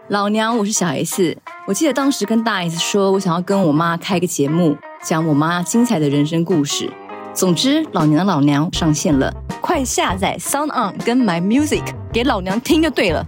老娘我是小 S， 我记得当时跟大 S 说，我想要跟我妈开个节目，讲我妈精彩的人生故事。总之，老娘的老娘上线了，快下载 SoundOn 跟 My Music 给老娘听就对了。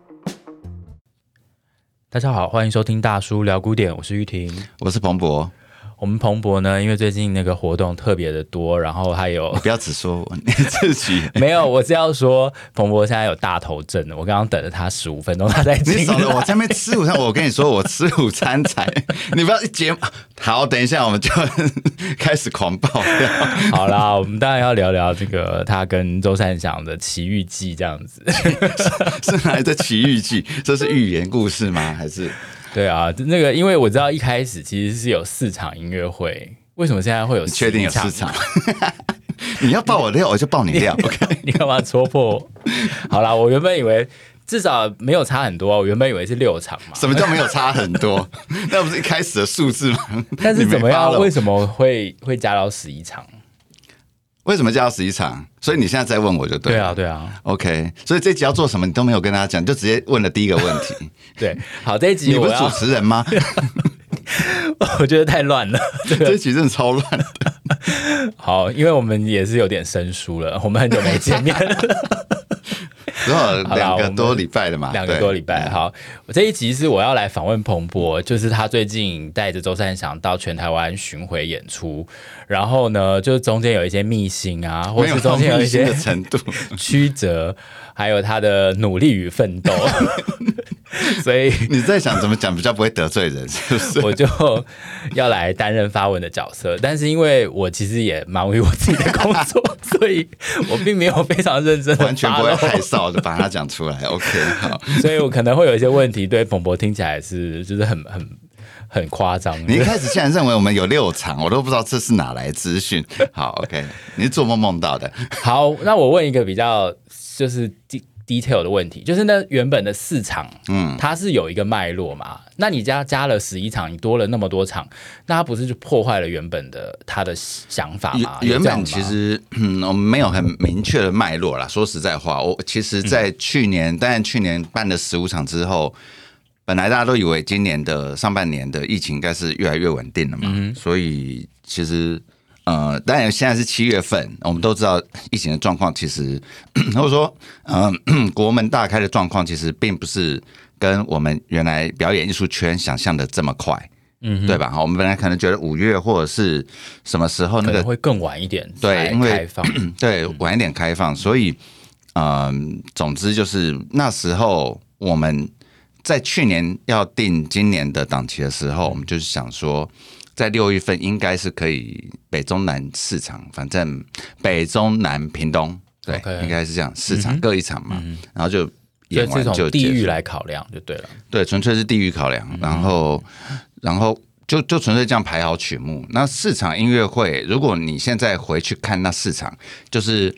大家好，欢迎收听大叔聊古典，我是玉婷， 我是彭博。 我们彭博呢，因为最近那个活动特别的多，然后还有你不要只说你自己， 没有，我是要说彭博现在有大头症了。我刚刚等了他15分钟，他才进来。 你少了我在那边吃午餐，我跟你说，我吃午餐才，你不要一节好，等一下我们就开始狂爆料。 好啦，我们当然要聊聊这个他跟周善祥的奇遇记这样子。 是哪来的奇遇记？这是寓言故事吗？还是？ 对啊，那个因为我知道一开始其实是有4场音乐会，为什么现在会有11场？ 你确定有4场？你要爆我料，我就爆你料。OK， 你干嘛戳破？好啦，我原本以为至少没有差很多，我原本以为是6场嘛。 什么叫没有差很多？那不是一开始的数字吗？ 但是怎么样？为什么会加到11场？ 为什么加到11场？所以你现在在问我就对了。 对啊 OK， 所以这集要做什么你都没有跟大家讲，就直接问了第一个问题。 对，好，这一集你不是主持人吗？ 我觉得太乱了， 这一集真的超乱的。 好，因为我们也是有点生疏了，我们很久没见面了。 只有2个多礼拜了嘛 ，2个多礼拜。好，我这一集是我要来访问彭博，就是他最近带着周善祥到全台湾巡回演出，然后呢，就中间有一些秘辛啊，或是中间有一些程度曲折，还有他的努力与奋斗。所以你在想怎么讲比较不会得罪人，是不是？ 我就要来担任发问的角色，但是因为我其实也忙于我自己的工作，所以我并没有非常认真的， 完全不会害臊的把它讲出来。OK， 好， 所以我可能会有一些问题对彭博听起来就是很夸张。 你一开始竟然认为我们有6场，我都不知道这是哪来资讯。好 ，OK， 你是做梦梦到的。 好，那我问一个比较就是detail 的问题，就是那原本的4场，它是有一个脉络嘛？那你加了11场，你多了那么多场，那它不是就破坏了原本的他的想法吗？ 原本其实我们没有很明确的脉络啦。说实在话，我其实在去年，当然去年办了15场之后，本来大家都以为今年的上半年的疫情应该是越来越稳定了嘛，所以其实。当然现在是7月份，我们都知道疫情的状况，其实或者说国门大开的状况，其实并不是跟我们原来表演艺术圈想象的这么快，对吧？我们本来可能觉得5月或者是什么时候那个会更晚一点， 对，因为开放， 对，晚一点开放，所以总之就是那时候我们在去年要定今年的档期的时候，我们就是想说。在6月份应该是可以北中南4场，反正北中南屏东，对， okay， 应该是这样4场各1场嘛，然后就演完就所以这种地域来考量就对了， 对，纯粹是地域考量，然后就纯粹这样排好曲目。那4场音乐会，如果你现在回去看那4场，就是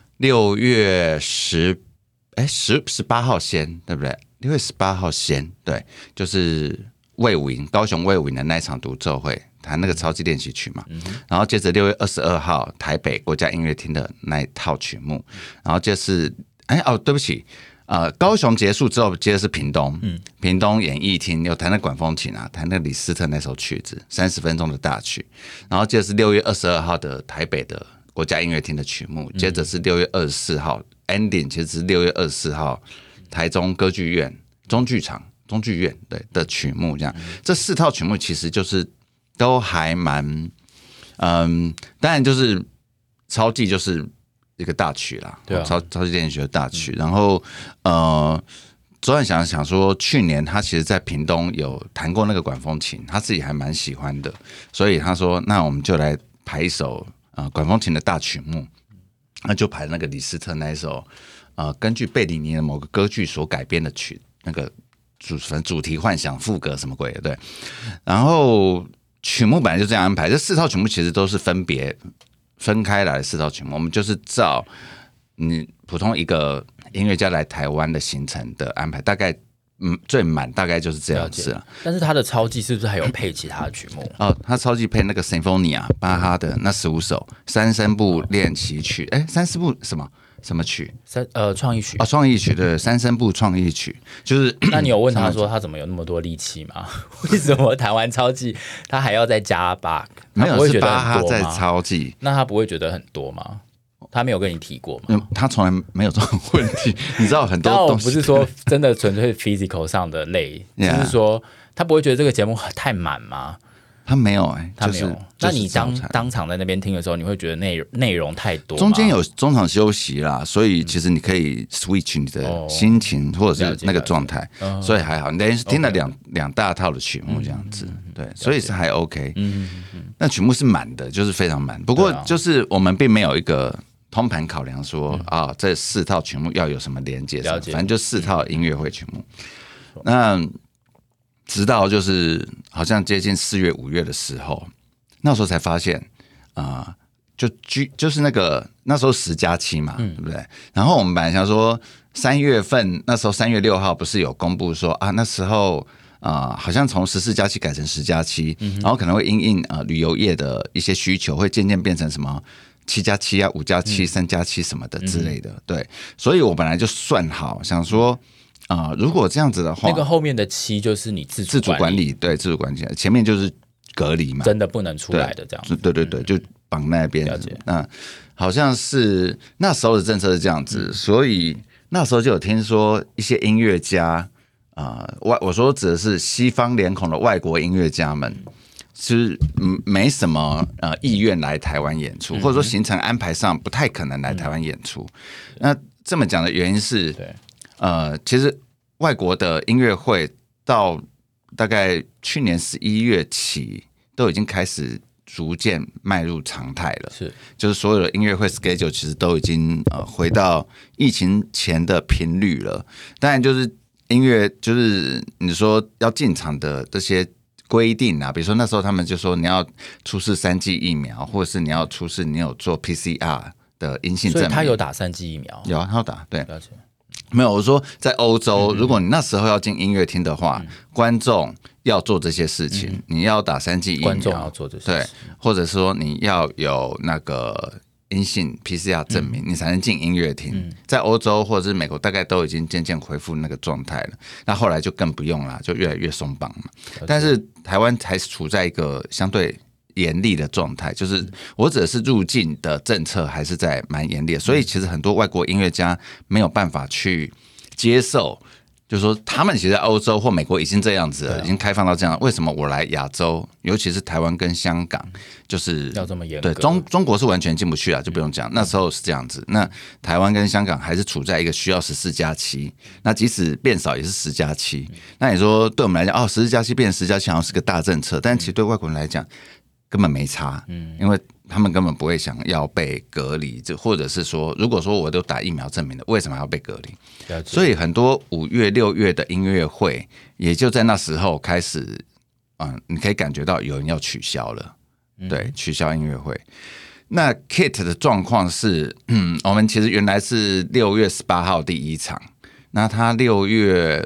6月18号先，对不对？6月18号先，对，就是卫武营高雄卫武营的那一场独奏会。弹那个超级练习曲嘛，然后接着6月22号台北国家音乐厅的那一套曲目，然后就是对不起，高雄结束之后接的是屏东，屏东演艺厅有弹那管风琴啊，弹那李斯特那首曲子30分钟的大曲，然后接着是6月22号的台北的国家音乐厅的曲目，接着是6月24号 ending， 其实是6月24号台中歌剧院中剧院对的曲目，这样这4套曲目其实就是都还蛮，当然就是超技就是一个大曲啦，对啊，超级练习曲的大曲。然后周善祥想说，去年他其实在屏东有弹过那个管风琴，他自己还蛮喜欢的，所以他说，那我们就来排一首管风琴的大曲目，那就排那个李斯特那一首根据贝里尼的某个歌剧所改编的曲，那个主题幻想副歌什么鬼的，对，然后。曲目本来就这样安排，这4套曲目其实都是分开来的4套曲目，我们就是照你普通一个音乐家来台湾的行程的安排，大概最满大概就是这样子了。 但是他的超技是不是还有配其他的曲目？ 他超技配那个 Sinfonia 巴哈的那15首3声部练习曲，3-4部什么什么曲？ 创意曲啊，创意曲对，三声部创意曲，就是那你有问他说他怎么有那么多力气吗？为什么弹完超技他还要再加 bug？ 没有是他不会觉得巴哈在很多吗？ 超技， 那他不会觉得很多吗？他没有跟你提过吗？ 他从来没有这种问题。你知道很多当然我东西不是说真的纯粹 physical 上的累，只是说他不会觉得这个节目太满吗？ 他没有他没有。 就是那你照当场在那边听的时候，你会觉得内容太多吗？ 中间有中场休息啦，所以其实你可以 switch 你的心情或者是那个状态，所以还好。你等于是听了两大套的曲目这样子，对，所以是还 OK。那曲目是满的，就是非常满。不过就是我们并没有一个通盘考量说这4套曲目要有什么连接，反正就4套音乐会曲目。那直到就是好像接近4月5月的时候，那时候才发现就是那时候10+7嘛，对不对？然后我们本来想说3月份，那时候3月6号不是有公布说那时候好像从14+7改成10+7，然后可能会因应旅游业的一些需求，会渐渐变成什么7+7啊、5+7、3+7什么的之类的。对，所以我本来就算好，想说如果这样子的话， 那个后面的7就是你自主管理， 对，自主管理，前面就是隔离嘛， 真的不能出来的这样子。 对，就绑那边。那好像是那时候的政策是这样子，所以那时候就有听说一些音乐家我说指的是西方脸孔的外国音乐家们，是没什么意愿来台湾演出，或者说行程安排上不太可能来台湾演出。那这么讲的原因是，其实外国的音乐会到大概去年11月起都已经开始逐渐迈入常态了，就是所有的音乐会 schedule 其实都已经回到疫情前的频率了。当然就是音乐，就是你说要进场的这些规定比如说那时候他们就说你要出示3剂疫苗，或者是你要出示你有做 PCR 的阴性证明。 所以他有打3剂疫苗？ 有，他有打，对。没有，我说在欧洲，如果你那时候要进音乐厅的话，观众要做这些事情，你要打3剂疫苗， 观众要做这些事， 对，或者说你要有那个阴性 PCR 证明，你才能进音乐厅。在欧洲或者是美国，大概都已经渐渐恢复那个状态了。那后来就更不用了，就越来越松绑嘛。但是台湾还是处在一个相对严厉的状态，就是我指的是入境的政策还是在蛮严厉的，所以其实很多外国音乐家没有办法去接受，就是说他们其实在欧洲或美国已经这样子了，已经开放到这样，为什么我来亚洲，尤其是台湾跟香港，就是要这么严格？ 对，中国是完全进不去了，就不用讲，那时候是这样子。那台湾跟香港还是处在一个需要14+7，那即使变少也是10+7。那你说对我们来讲，14+7变成10+7好像是个大政策，但其实对外国人来讲根本没差，因为他们根本不会想要被隔离，或者是说，如果说我都打疫苗证明了，为什么还要被隔离？所以很多5月、6月的音乐会，也就在那时候开始，你可以感觉到有人要取消了，对，取消音乐会。那 Kit 的状况是，我们其实原来是6月18号第一场，那他6月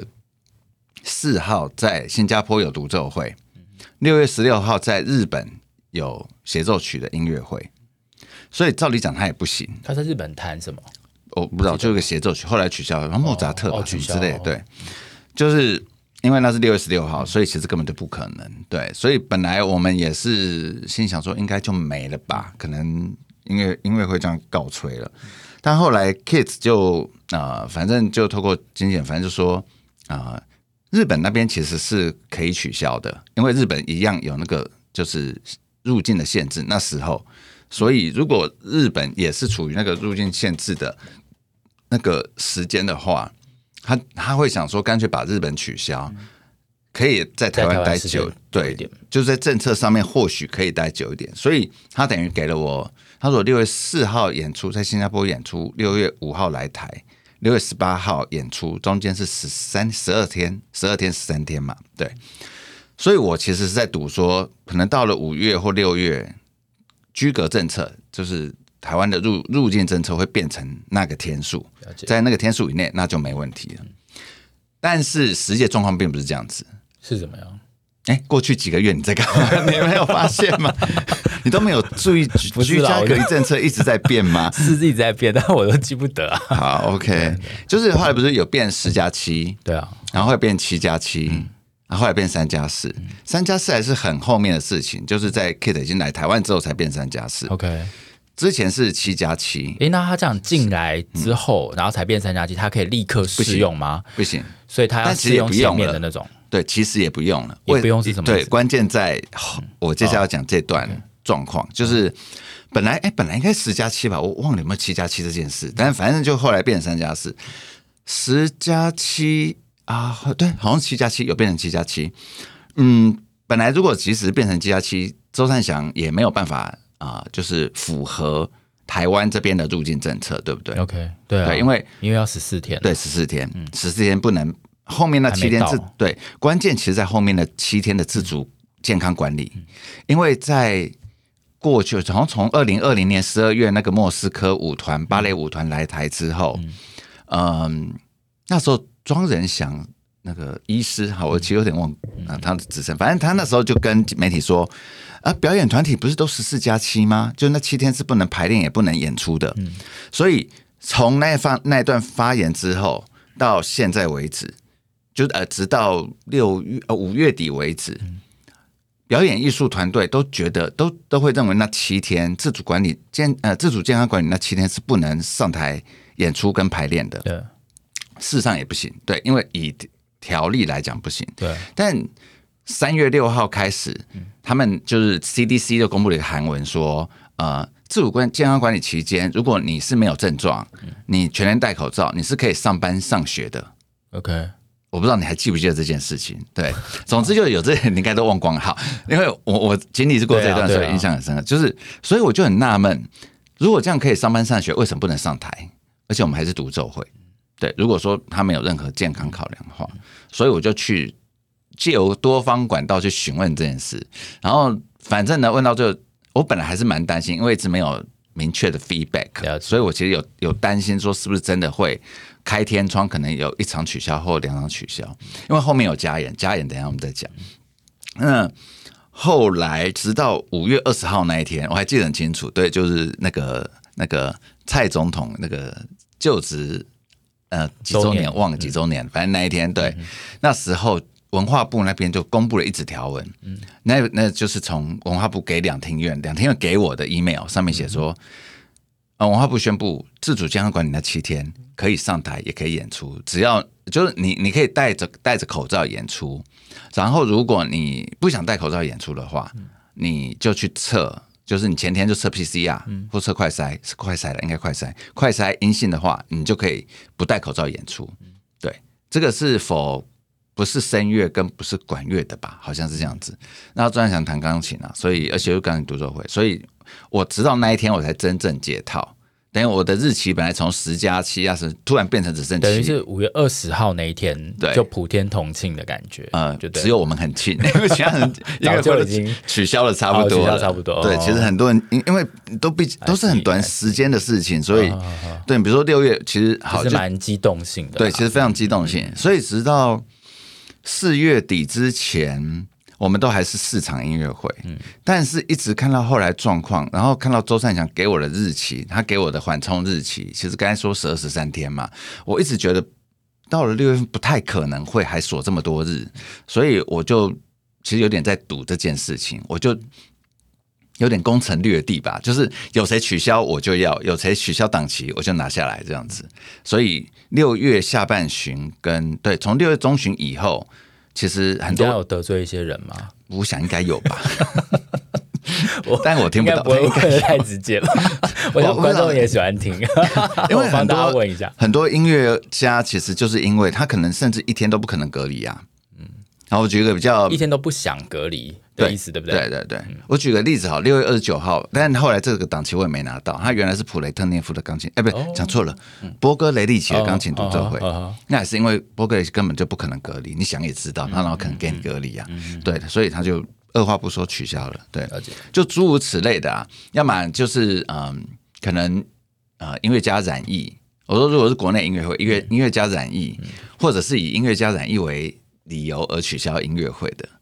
4号在新加坡有独奏会，6月16号在日本有协奏曲的音乐会，所以照理讲他也不行。 他在日本弹什么？ 我不知道，就一个协奏曲，后来取消了，然后莫扎特吧什么之类的。对，就是因为那是6月16号，所以其实根本就不可能。对，所以本来我们也是心想说，应该就没了吧，可能音乐会这样告吹了。但后来 Kids 就反正就透过经纪人，反正就说日本那边其实是可以取消的，因为日本一样有那个就是入境的限制，那时候，所以如果日本也是处于那个入境限制的那个时间的话，他会想说，干脆把日本取消，可以在台湾待久，对，就是在政策上面或许可以待久一点，所以他等于给了我，他说6月4号演出在新加坡演出，6月5号来台，6月18号演出，中间是12天13天嘛，对。所以我其实是在赌说，可能到了5月或6月，居隔政策就是台湾的入境政策会变成那个天数，在那个天数以内，那就没问题了。但是实际状况并不是这样子， 是怎么样？ 过去几个月你在干嘛？你没有发现吗？你都没有注意居家隔离政策一直在变吗？ 是一直在变，但我都记不得啊。 好 ，OK， 就是后来不是有变10+7， 对啊， 然后后来变7+7，然后后来变3+4，3+4还是很后面的事情，就是在 Kit 已经来台湾之后才变3+4。 OK， 之前是7+7。 那他这样进来之后，然后才变3+7，他可以立刻试用吗？ 不行， 所以他要试用前面的那种。 对，其实也不用了， 也不用是什么？ 对，关键在我接下来要讲这段状况，就是本来应该10+7吧，我忘了有没有7+7这件事，但反正就后来变成3+4，10+7啊，对，好像7+7有变成7+7。本来如果即使变成7+7，周善祥也没有办法就是符合台湾这边的入境政策，对不对 ？OK， 对啊， 对，因为要14天， 对，14天，14天不能。后面那7天对，关键其实在后面的7天的自主健康管理，因为在过去好像从2020年12月那个莫斯科舞团芭蕾舞团来台之后，那时候庄仁祥那个医师，好，我其实有点忘他的职称，反正他那时候就跟媒体说，表演团体不是都14+7吗？就那7天是不能排练也不能演出的，所以从那段发言之后到现在为止。就直到5月底为止，表演艺术团队都觉得都会认为那7天自主健康管理那7天是不能上台演出跟排练的。对，事实上也不行。对，因为以条例来讲不行。对，但3月6号开始，他们就是 CDC 就公布了一个韩文说，自主健康管理期间，如果你是没有症状，你全年戴口罩，你是可以上班上学的。 OK。 我不知道你还记不记得这件事情？对，总之就有这你应该都忘光好，因为我经历过这段，所以印象很深刻。就是所以我就很纳闷，如果这样可以上班上学，为什么不能上台？而且我们还是独奏会。对，如果说他没有任何健康考量的话，所以我就去借由多方管道去询问这件事。然后反正呢，问到最后，我本来还是蛮担心，因为一直没有明确的 feedback， 所以我其实有担心说是不是真的会。开天窗可能有1场取消或2场取消，因为后面有加演等一下我们再讲。那后来直到5月20号那一天，我还记得很清楚，对，就是那个蔡总统那个就职几周年，忘了几周年，反正那一天，对，那时候文化部那边就公布了一纸条文，那就是从文化部给两厅院给我的 email 上面写说。文化部宣布，自主健康管理那7天可以上台，也可以演出，只要就是你可以戴着口罩演出，然后如果你不想戴口罩演出的话，你就去测，就是你前天就测 PCR 或测快筛，是快筛了，应该快筛阴性的话，你就可以不戴口罩演出。对，这个是不是声乐跟不是管乐的吧？好像是这样子。然后专想弹钢琴啊，所以而且又钢琴独奏会，所以我直到那一天我才真正解套。等于我的日期本来从10+7突然变成只剩7， 等于是5月20号那一天，就普天同庆的感觉。就只有我们很庆，因为其他人早就已经取消了差不多了， 差不多。 对，其实很多人因为都是很短时间的事情，所以对，比如说6月其实好是蛮激动性的， 对，其实非常激动性，所以直到4月底之前。我们都还是4场音乐会，但是一直看到后来状况，然后看到周善祥给我的日期，他给我的缓冲日期，其实刚才说12、13天嘛，我一直觉得到了6月份不太可能会还锁这么多日，所以我就其实有点在赌这件事情，我就有点攻城略地吧，就是有谁取消我就要，有谁取消档期我就拿下来这样子，所以6月下半旬对，从6月中旬以后。其实很多有得罪一些人吗？ 我想应该有吧，但我听不到， 不会太直接了。我想观众也喜欢听， 因为帮大家问一下， 很多音乐家其实就是因为他可能甚至1天都不可能隔离啊。然后我举一个比较 1天都不想隔离的意思，对不对？ 对，我举个例子好，6月29号，但后来这个档期我也没拿到，他原来是普雷特涅夫的钢琴，不讲错了，波哥雷利奇的钢琴独奏会，那也是因为波哥雷利奇根本就不可能隔离，你想也知道，他哪有可能给你隔离啊？对的，所以他就二话不说取消了，对，就诸如此类的啊，要么就是可能音乐家染疫，我说如果是国内音乐会，音乐家染疫，或者是以音乐家染疫为理由而取消音乐会的，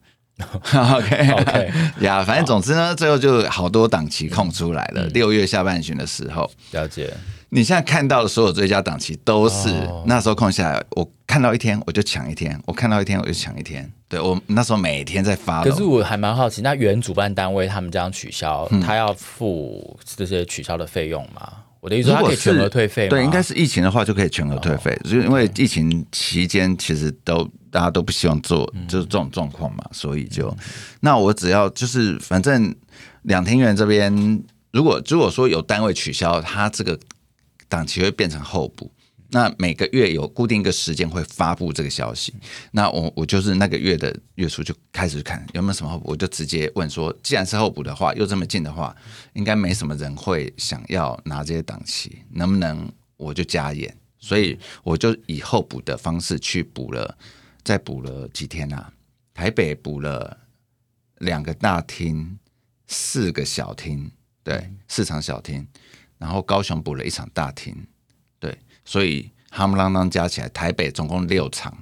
OK 呀，反正总之呢，最后就好多档期空出来了。6月下半旬的时候， 了解。 你现在看到的所有最佳档期都是那时候空下来，我看到一天我就抢一天，我看到一天我就抢一天。对，我那时候每天在发。 可是我还蛮好奇，那原主办单位他们这样取消，他要付这些取消的费用吗？我的意思说，他可以全额退费吗？ 对，应该是疫情的话就可以全额退费，因为疫情期间其实大家都不希望做就是这种状况嘛，所以那我只要就是反正两厅院这边，如果说有单位取消，他这个档期会变成候补。那每个月有固定一个时间会发布这个消息，那我就是那个月的月初就开始看有没有什么候补，我就直接问说，既然是候补的话，又这么近的话，应该没什么人会想要拿这些档期，能不能我就加演？所以我就以候补的方式去再补了几天啊？台北补了2个大厅，4个小厅，对，4场小厅，然后高雄补了1场大厅。对，所以夯不啷当加起来，台北总共6场，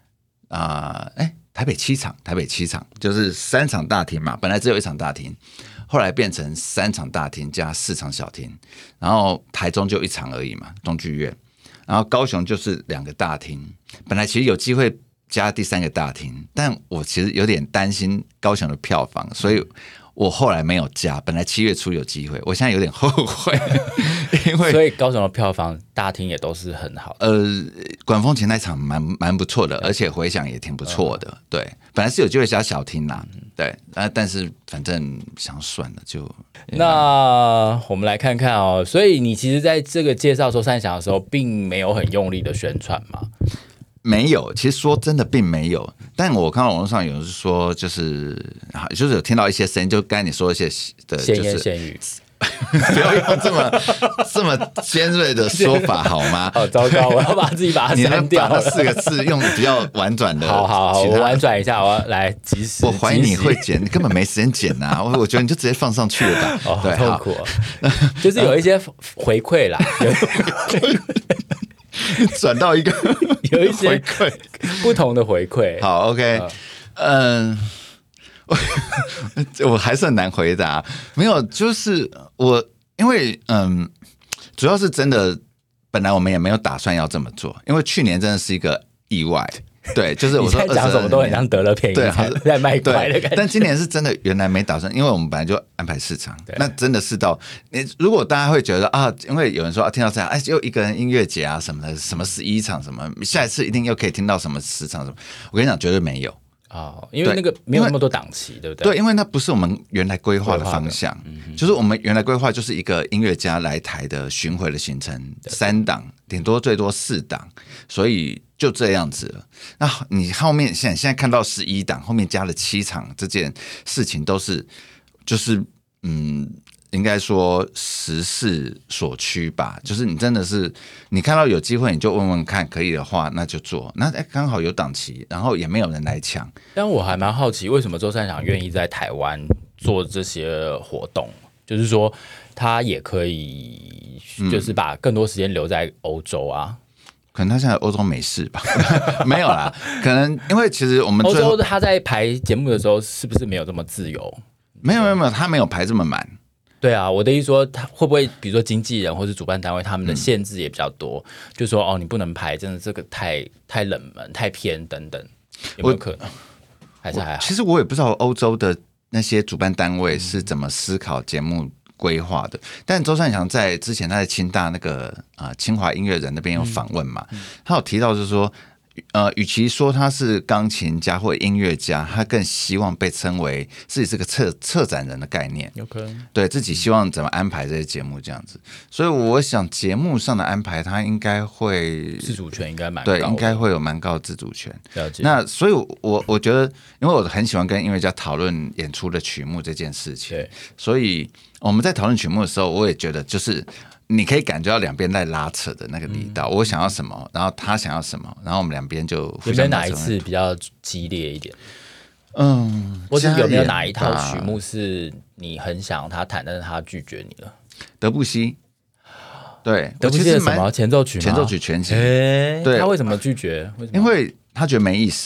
台北7场，就是3场大厅嘛，本来只有1场大厅，后来变成3场大厅加4场小厅，然后台中就1场而已嘛，中剧院，然后高雄就是2个大厅，本来其实有机会加第3个大厅，但我其实有点担心高雄的票房，所以我后来没有加，本来7月初有机会，我现在有点后悔，因为所以高雄的票房大厅也都是很好的。 管风琴那场蛮不错的，而且回响也挺不错的。对，本来是有机会加小厅啦，对，但是反正想算了就。 那我们来看看哦，所以你其实在这个介绍周三祥的时候，并没有很用力的宣传嘛？ 没有，其实说真的并没有，但我看到网络上有人说，就是有听到一些声音，就刚才你说一些的， 闲言闲语， 不要用这么尖锐的说法好吗？ 好糟糕，我要自己把它删掉了。 你能把那4个字用比较婉转的， 好，我婉转一下，我要来及时。 我怀疑你会剪，你根本没时间剪啊！我觉得你就直接放上去了吧。 对，好痛苦哦，就是有一些回馈啦。 转到一个有一些不同的回馈。 好 ，OK，我还是很难回答。没有，就是因为主要是真的，本来我们也没有打算要这么做，因为去年真的是一个意外。对，就是我说讲什么都很像得了便宜在卖乖的感觉。 但今年是真的原来没打算，因为我们本来就安排4场，那真的是如果大家会觉得啊，因为有人说听到这样，又一个人音乐节啊什么的，什么11场什么，下一次一定又可以听到什么10场什么，我跟你讲绝对没有。 因为那个没有那么多档期，对不对？ 对，因为那不是我们原来规划的方向，就是我们原来规划就是一个音乐家来台的巡回的行程，3档，顶多最多4档，所以就这样子了。那你后面现在看到11档，后面加了7场，这件事情都是就是应该说时势所趋吧，就是你真的是你看到有机会你就问问看，可以的话那就做，那刚好有档期，然后也没有人来抢。 但我还蛮好奇，为什么周三祥愿意在台湾做这些活动？就是说他也可以，就是把更多时间留在欧洲啊。 可能他现在欧洲没事吧？没有啦，可能因为其实我们欧洲他在排节目的时候是不是没有这么自由？ 没有，他没有排这么满。 对啊，我的意思说，他会不会比如说经纪人或是主办单位他们的限制也比较多，就说你不能排，真的这个太冷门、太偏等等，有没有可能？还是还好？ 其实我也不知道欧洲的那些主办单位是怎么思考节目规划的，但周善祥在之前他在清大那个清华音乐人那边有访问嘛，他有提到就是说。与其说他是钢琴家或音乐家，他更希望被称为自己是个策展人的概念， 有可能对自己希望怎么安排这些节目这样子。所以我想节目上的安排，他应该会自主权应该蛮高的， 对，应该会有蛮高的自主权。 了解。 那所以我觉得，因为我很喜欢跟音乐家讨论演出的曲目这件事情， 对， 所以我们在讨论曲目的时候，我也觉得就是你可以感觉到两边在拉扯的那个力道，我想要什么，然后他想要什么，然后我们两边就有没有哪一次比较激烈一点？或者有没有哪一套曲目是你很想他弹，但是他拒绝你了？ 德布西，对， 德布西的什么前奏曲吗？ 前奏曲全集， 对，他为什么拒绝？ 因为他觉得没意思。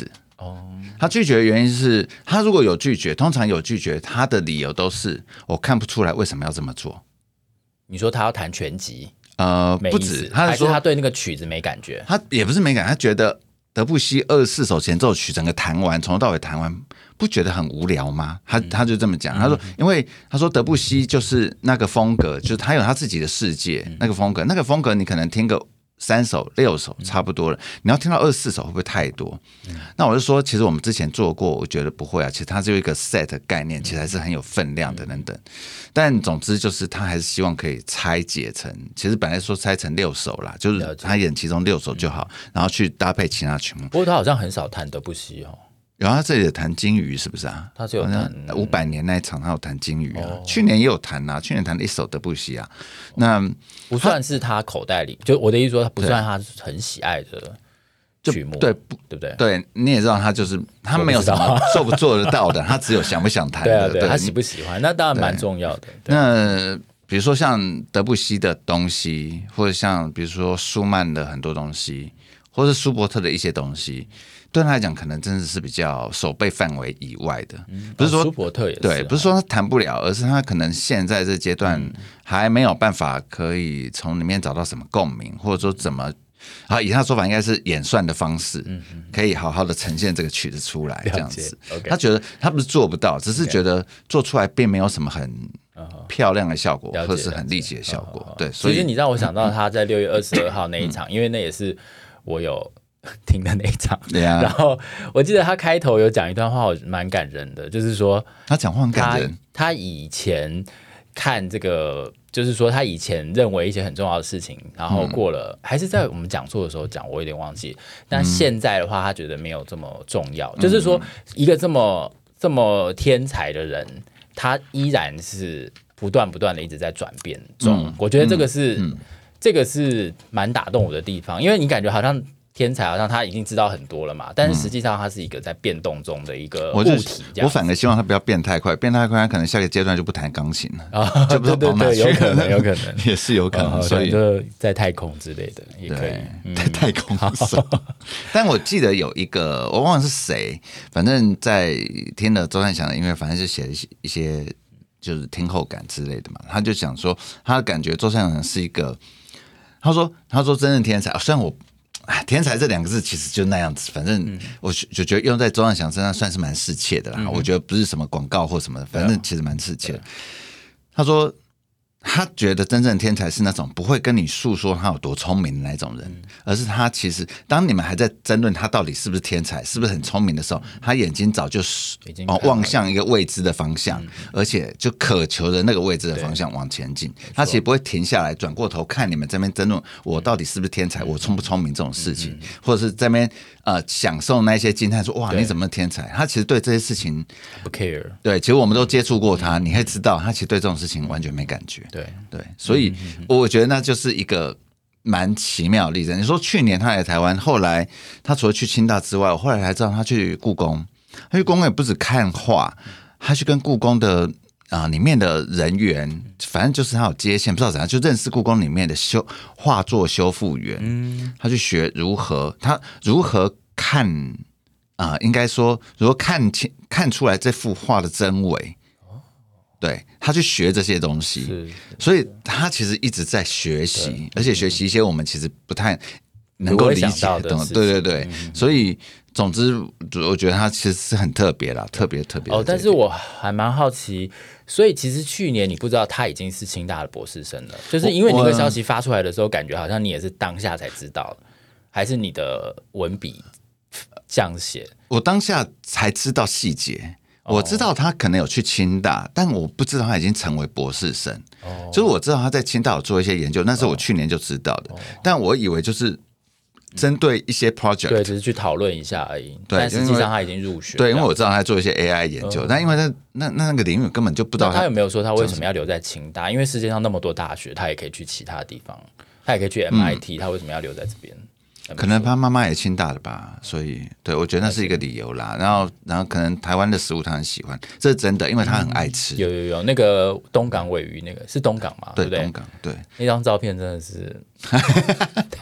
他拒绝的原因是他如果有拒绝，通常有拒绝他的理由都是我看不出来为什么要这么做。 你说他要弹全集， 不止，他还是他对那个曲子没感觉？ 他也不是没感觉，他觉得德布西24首前奏曲整个弹完，从头到尾弹完，不觉得很无聊吗？他就这么讲，他说，因为他说德布西就是那个风格，就是他有他自己的世界，那个风格你可能听个3首6首差不多了，你要听到24首会不会太多？那我就说，其实我们之前做过，我觉得不会啊。其实它就有一个 set 概念，其实还是很有分量的等等。但总之就是他还是希望可以拆解成，其实本来说拆成6首啦，就是他演其中6首就好，然后去搭配其他曲目。 不过他好像很少弹德布西哦。 然后他这里有弹金鱼是不是啊？ 他是有弹 500年那一场，他有弹金鱼啊。去年也有弹啊，去年弹了1首德布西啊。那不算是他口袋里，就我的意思说，他不算他很喜爱的曲目，对不对？ 对，你也知道他就是他没有什么做不做得到的，他只有想不想弹的。 对，他喜不喜欢，那当然蛮重要的。 那比如说像德布西的东西，或者像比如说舒曼的很多东西，或是舒伯特的一些东西。对他来讲，可能真的是比较手背范围以外的，不是说舒伯特也是对，不是说他弹不了，而是他可能现在这阶段还没有办法可以从里面找到什么共鸣，或者说怎么以他的说法应该是演算的方式，可以好好的呈现这个曲子出来，这样子。他觉得他不是做不到，只是觉得做出来并没有什么很漂亮的效果，或者是很立体的效果。对，所以其实你让我想到他在6月22号那一场，因为那也是我有听的那一场，然后我记得他开头有讲一段话，我蛮感人的，就是说他讲话很感人。 他以前看这个，就是说他以前认为一些很重要的事情，然后过了，还是在我们讲座的时候讲，我有点忘记。但现在的话，他觉得没有这么重要，就是说一个这么天才的人，他依然是不断的一直在转变中。我觉得这个是蛮打动我的地方，因为你感觉好像天才好像他已经知道很多了嘛，但是实际上他是一个在变动中的一个物体。 我反而希望他不要变太快，他可能下个阶段就不弹钢琴了，就不知道跑哪去了。 有可能也是有可能，所以就在太空之类的也可以， 在太空。但我记得有一个我忘了是谁，反正在听了周善祥的音乐，反正就写了一些就是听后感之类的嘛。他就讲说，他感觉周善祥是一个，他说真正天才，虽然我。天才这2个字其实就那样子，反正我就觉得用在周善祥身上算是蛮适切的啦。我觉得不是什么广告或什么的，反正其实蛮适切的。他说他觉得真正的天才是那种不会跟你诉说他有多聪明的那种人，而是他其实当你们还在争论他到底是不是天才，是不是很聪明的时候，他眼睛早就望向一个未知的方向，而且就渴求着那个未知的方向往前进。他其实不会停下来转过头看你们这边争论我到底是不是天才，我聪不聪明这种事情，或者是在那边享受那些惊叹说哇你怎么天才。他其实对这些事情不 care。 对，其实我们都接触过他，你会知道他其实对这种事情完全没感觉。对，所以我觉得那就是一个蛮奇妙的例子。你说去年他来台湾，后来他除了去清大之外，我后来才知道他去故宫。他去故宫也不止看画，他去跟故宫的里面的人员，反正就是他有接线，不知道怎样就认识故宫里面的画作修复员。他去学如何看应该说如何看出来这幅画的真伪。对，他去学这些东西，所以他其实一直在学习，而且学习一些我们其实不太能够理解的东西。对，所以总之我觉得他其实是很特别啦，特别但是我还蛮好奇，所以其实去年你不知道他已经是清大的博士生了，就是因为那个消息发出来的时候，感觉好像你也是当下才知道，还是你的文笔这样写？ 我当下才知道细节。我知道他可能有去清大，但我不知道他已经成为博士生。就是我知道他在清大有做一些研究，那是我去年就知道的。但我以为就是针对一些 project， 对，只是去讨论一下而已。但实际上他已经入学。 对，因为我知道他做一些 AI 研究，但因为那个领域根本就不知道他有没有说他为什么要留在清大？因为世界上那么多大学，他也可以去其他地方，他也可以去 MIT，他为什么要留在这边？ 可能他妈妈也清大的吧，所以对我觉得那是一个理由啦。然后可能台湾的食物他很喜欢，这是真的，因为他很爱吃。 有那个东港鲔鱼，那个是东港嘛？对不对？ 东港对， 那张照片真的是太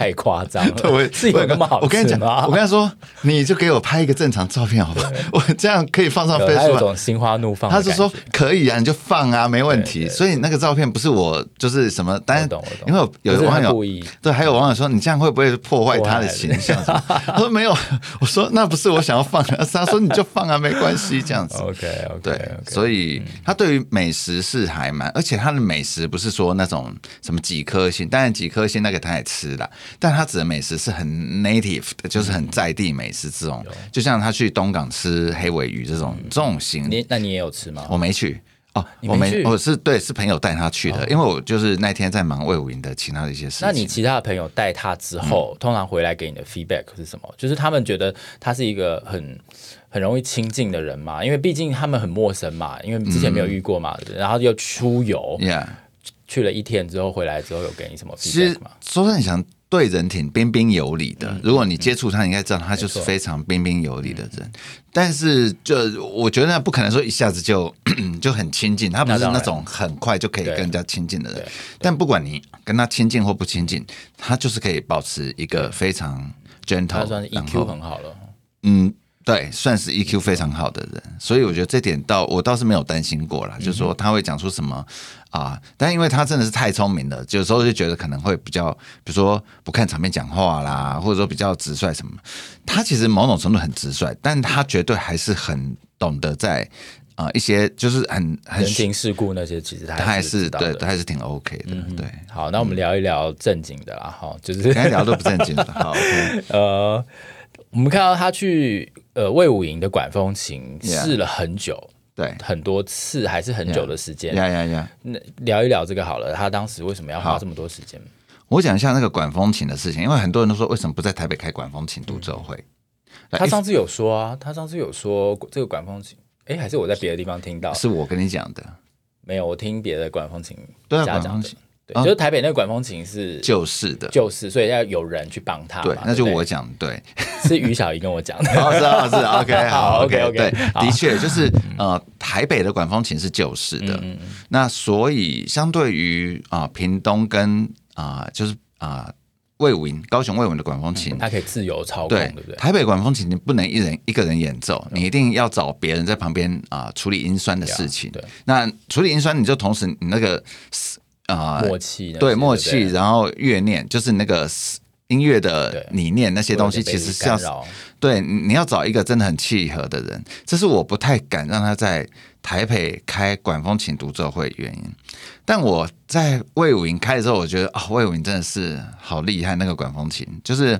太夸张了，是有那么好吃吗？ 我跟你讲，我跟他说，你就给我拍一个正常照片好吧，我这样可以放上 Facebook。 他有种心花怒放的感觉， 他就说可以啊，你就放啊，没问题。所以那个照片不是我就是什么，但是因为有网友对，还有网友说你这样会不会破坏他的形象？他说没有，我说那不是我想要放的，他说你就放啊，没关系这样子。 OK， 对，所以他对于美食是还蛮，而且他的美食不是说那种什么几颗星，当然几颗星那个他也吃啦，但他指的美食是很 native 的，就是很在地美食这种，就像他去东港吃黑尾鱼这种型。 那你也有吃吗？ 我没去。哦，我是朋友带他去的，因为我就是那天在忙魏武营的其他的一些事情。 那你其他的朋友带他之后，通常回来给你的 feedback 是什么？就是他们觉得他是一个很容易亲近的人嘛，因为毕竟他们很陌生嘛，因为之前没有遇过嘛，然后又出游，去了1天之后回来之后有给你什么 feedback 吗？ 其实说很想对人挺彬彬有礼的，如果你接触他，你应该知道他就是非常彬彬有礼的人。但是就我觉得不可能说一下子就很亲近，他不是那种很快就可以跟人家亲近的人。但不管你跟他亲近或不亲近，他就是可以保持一个非常 gentle， 他算是 EQ 很好了。 对，算是 EQ 非常好的人，所以我觉得这点我倒是没有担心过啦，就是说他会讲出什么但因为他真的是太聪明了，有时候就觉得可能会比较，比如说不看场面讲话啦，或者说比较直率什么。他其实某种程度很直率，但他绝对还是很懂得在一些就是很人情世故那些，其实他还是对，还是挺 OK 的。对， 好，那我们聊一聊正经的啦，就是刚才聊都不正经的。好，OK， 我们看到他去魏武营的管风琴试了很久， 对， 很多次，还是很久的时间。 那聊一聊这个好了，他当时为什么要花这么多时间？ 我讲一下那个管风琴的事情，因为很多人都说为什么不在台北开管风琴独奏会？ 他上次有说啊，这个管风琴，还是我在别的地方听到？ 是我跟你讲的， 没有，我听别的管风琴家讲的。对，就是台北那个管风琴是旧式的， 所以要有人去帮他嘛。 对，那就我讲，对， 是于小怡跟我讲的。 是 OK， 好 OK， 对， 的确就是台北的管风琴是旧式的，那所以相对于屏东跟就是魏武营高雄魏武营的管风琴， 它可以自由操控，对不对？ 台北管风琴你不能一个人演奏，你一定要找别人在旁边处理音酸的事情。对，那处理音酸，你就同时你那个默契， 对默契，然后乐念就是那个音乐的理念那些东西，其实是要对你要找一个真的很契合的人，这是我不太敢让他在台北开管风琴独奏会的原因。但我在魏武营开的时候，我觉得魏武营真的是好厉害，那个管风琴就是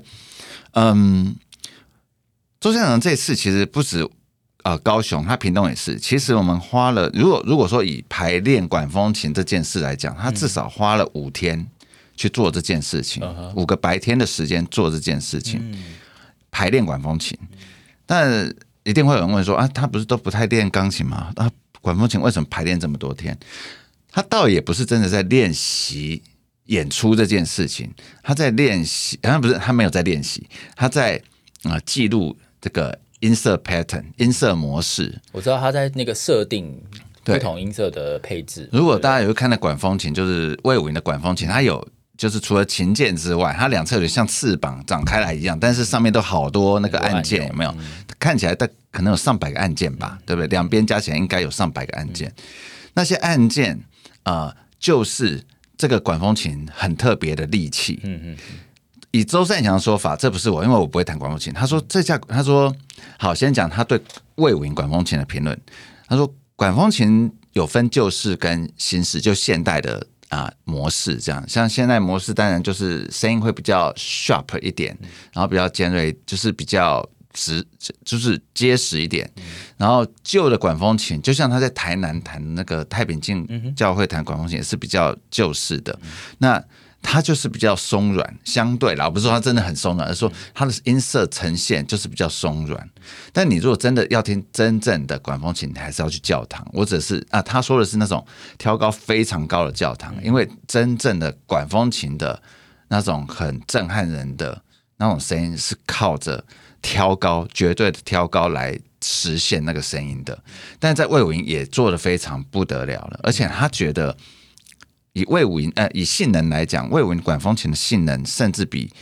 周先生这次其实不止高雄，他屏东也是。其实我们花了，如果说以排练管风琴这件事来讲，他至少花了5天去做这件事情，5个白天的时间做这件事情，排练管风琴。但一定会有人问说他不是都不太练钢琴吗？管风琴为什么排练这么多天？他倒也不是真的在练习演出这件事情，他在练习，不是他没有在练习，他在记录这个音色 pattern 音色模式。 我知道他在那个设定不同音色的配置。 如果大家有看到管风琴，就是魏武营的管风琴，它有就是除了琴键之外，它两侧有点像翅膀长开来一样，但是上面都好多那个按键，有没有？看起来可能有上百个按键吧，对不对？两边加起来应该有上百个按键。那些按键就是这个管风琴很特别的利器。以周善祥的说法，这不是我，因为我不会弹管风琴。他说好，先讲他对魏武营管风琴的评论。他说管风琴有分旧式跟新式，就现代的模式这样。像现代模式当然就是声音会比较 sharp 一点，然后比较尖锐，就是比较直，就是结实一点。然后旧的管风琴，就像他在台南弹那个太平径教会弹管风琴，也是比较旧式的。那它就是比较松软，相对啦，我不是说它真的很松软，而是说它的音色呈现就是比较松软。但你如果真的要听真正的管风琴，你还是要去教堂。我只是他说的是那种挑高非常高的教堂，因为真正的管风琴的那种很震撼人的那种声音，是靠着挑高，绝对的挑高来实现那个声音的。但在魏武营也做得非常不得了了，而且他觉得以魏武营以性能来讲，魏武营管风琴的性能甚至比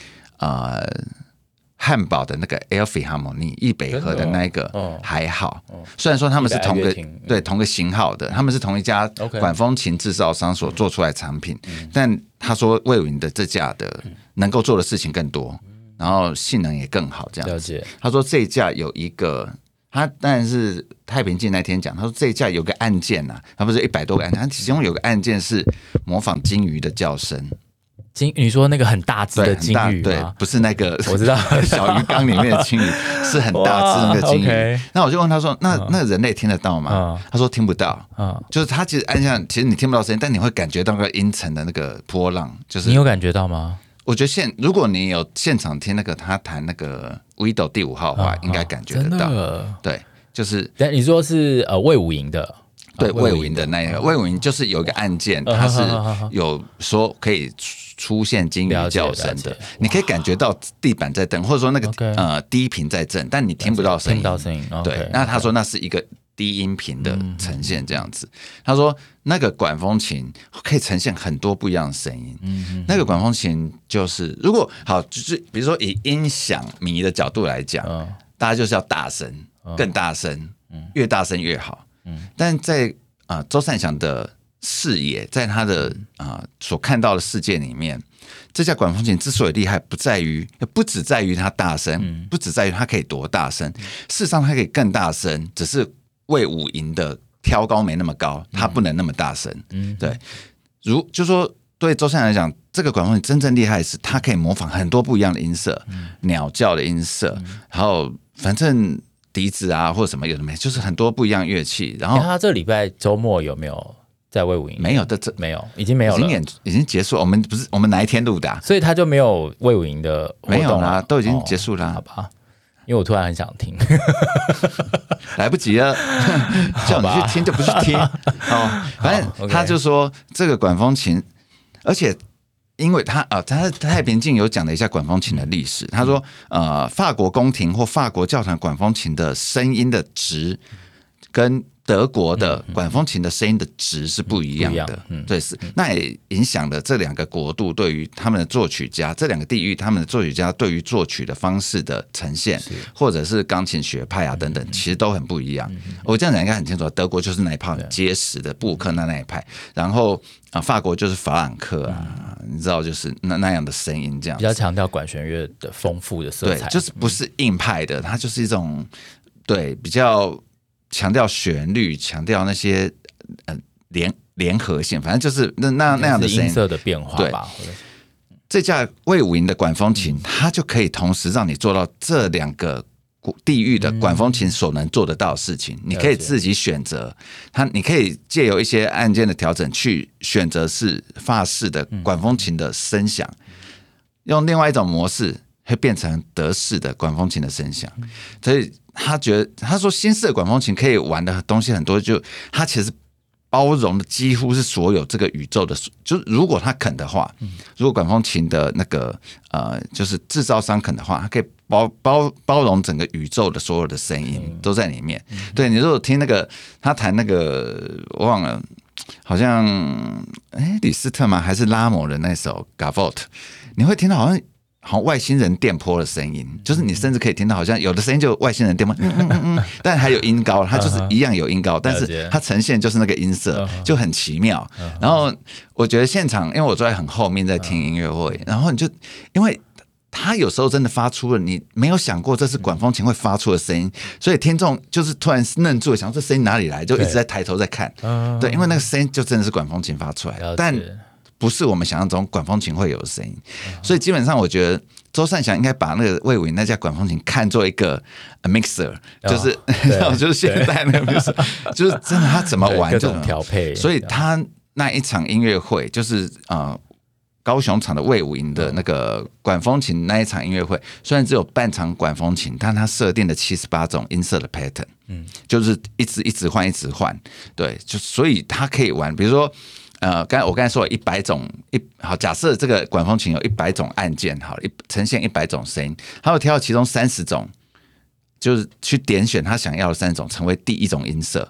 汉堡的那个 Elphilharmonie 易北河的那一个还好。虽然说他们是同个型号的，他们是同一家管风琴制造商所做出来的产品，但他说魏武营的这架的能够做的事情更多，然后性能也更好。这样子，他说这一架有一个。他当然是太平镜那天讲，他说这一架有个按键啊，他不是100多个按键，他其中有个按键是模仿鲸鱼的叫声。 你说那个很大只的鲸鱼吗？ 对，不是那个我知道小鱼缸里面的鲸鱼，是很大只那个鲸鱼。 Okay 那我就问他说：“那人类听得到吗？”他说：“听不到。”就是他其实按下，其实你听不到声音，但你会感觉到那个音程的那个波浪。就是你有感觉到吗？ 我觉得如果你有现场听那个他弹那个 Widow 第5号的话，应该感觉得到。对。就是， 但你说是魏武营的， 对，魏武营的那个魏武营就是有一个按键，它是有说可以出现鲸鱼叫声的，你可以感觉到地板在震，或者说那个低频在震，但你听不到声音。对，那他说那是一个低音频的呈现这样子。他说那个管风琴可以呈现很多不一样的声音。那个管风琴就是如果好，就是比如说以音响迷的角度来讲，大家就是要大声。更大声，越大声越好。但在周善祥的视野，在他的所看到的世界里面，这架管风琴之所以厉害，不只在于它大声，不只在于它可以多大声，事实上它可以更大声，只是魏武营的挑高没那么高，它不能那么大声。对，就说对周善祥来讲，这个管风琴真正厉害的是它可以模仿很多不一样的音色，鸟叫的音色，然后反正。笛子啊，或者什么有的没，就是很多不一样乐器。然后他这礼拜周末有没有在魏武营？ 没有没有，已经没有了， 已经结束。我们哪一天录的？ 所以他就没有魏武营的活动没有啦，都已经结束啦。 好吧，因为我突然很想听， 来不及了，叫你去听就不去听。反正他就说这个管风琴，而且。因为他太平镜有讲了一下管风琴的历史，他说法国宫廷或法国教堂管风琴的声音的值跟德国的管风琴的声音的值是不一样的，对，是那也影响了这两个国度对于他们的作曲家，这两个地域他们的作曲家对于作曲的方式的呈现，或者是钢琴学派啊等等，其实都很不一样。我这样讲应该很清楚，德国就是那一派很结实的布鲁克那一派，然后法国就是法兰克啊，你知道就是那样的声音，这样比较强调管弦乐的丰富的色彩， 对，就是不是硬派的，它就是一种对比较。强调旋律，强调那些联合性，反正就是那样的声音音色的变化吧。 这架魏武营的管风琴，它就可以同时让你做到这两个地域的管风琴所能做得到的事情。你可以自己选择它，你可以借由一些按键的调整去选择是法式的管风琴的声响，用另外一种模式会变成德式的管风琴的声响，所以。他说新式的管风琴可以玩的东西很多，就他其实包容的几乎是所有这个宇宙的，就是如果他肯的话，如果管风琴的那个就是制造商肯的话，他可以包容整个宇宙的所有的声音都在里面。对，你如果听那个他弹那个我忘了，好像李斯特吗？还是拉摩的那首 Gavotte， 你会听到好像外星人电波的声音，就是你甚至可以听到好像有的声音就外星人电波，但还有音高，它就是一样有音高，但是它呈现就是那个音色，就很奇妙。然后我觉得现场，因为我坐在很后面在听音乐会，然后你就因为他有时候真的发出了你没有想过这是管风琴会发出的声音，所以听众就是突然愣住了，想说这声音哪里来，就一直在抬头在看。对，因为那个声音就真的是管风琴发出来的，但不是我们想象中管风琴会有的声音，所以基本上我觉得周善祥应该把那个魏武营那架管风琴看作一个 mixer， 就是就是现在那个 mixer， 就是真的他怎么玩各种调配， 所以他那一场音乐会就是高雄场的魏武营的那个管风琴那一场音乐会，虽然只有半场管风琴，但他设定了78种音色的 pattern，就是一直换，对，就所以他可以玩，比如说。我刚才说了100种，好，假设这个管风琴有100种按键，好，呈现100种声音，他会挑其中30种，就是去点选他想要的30种，成为第一种音色，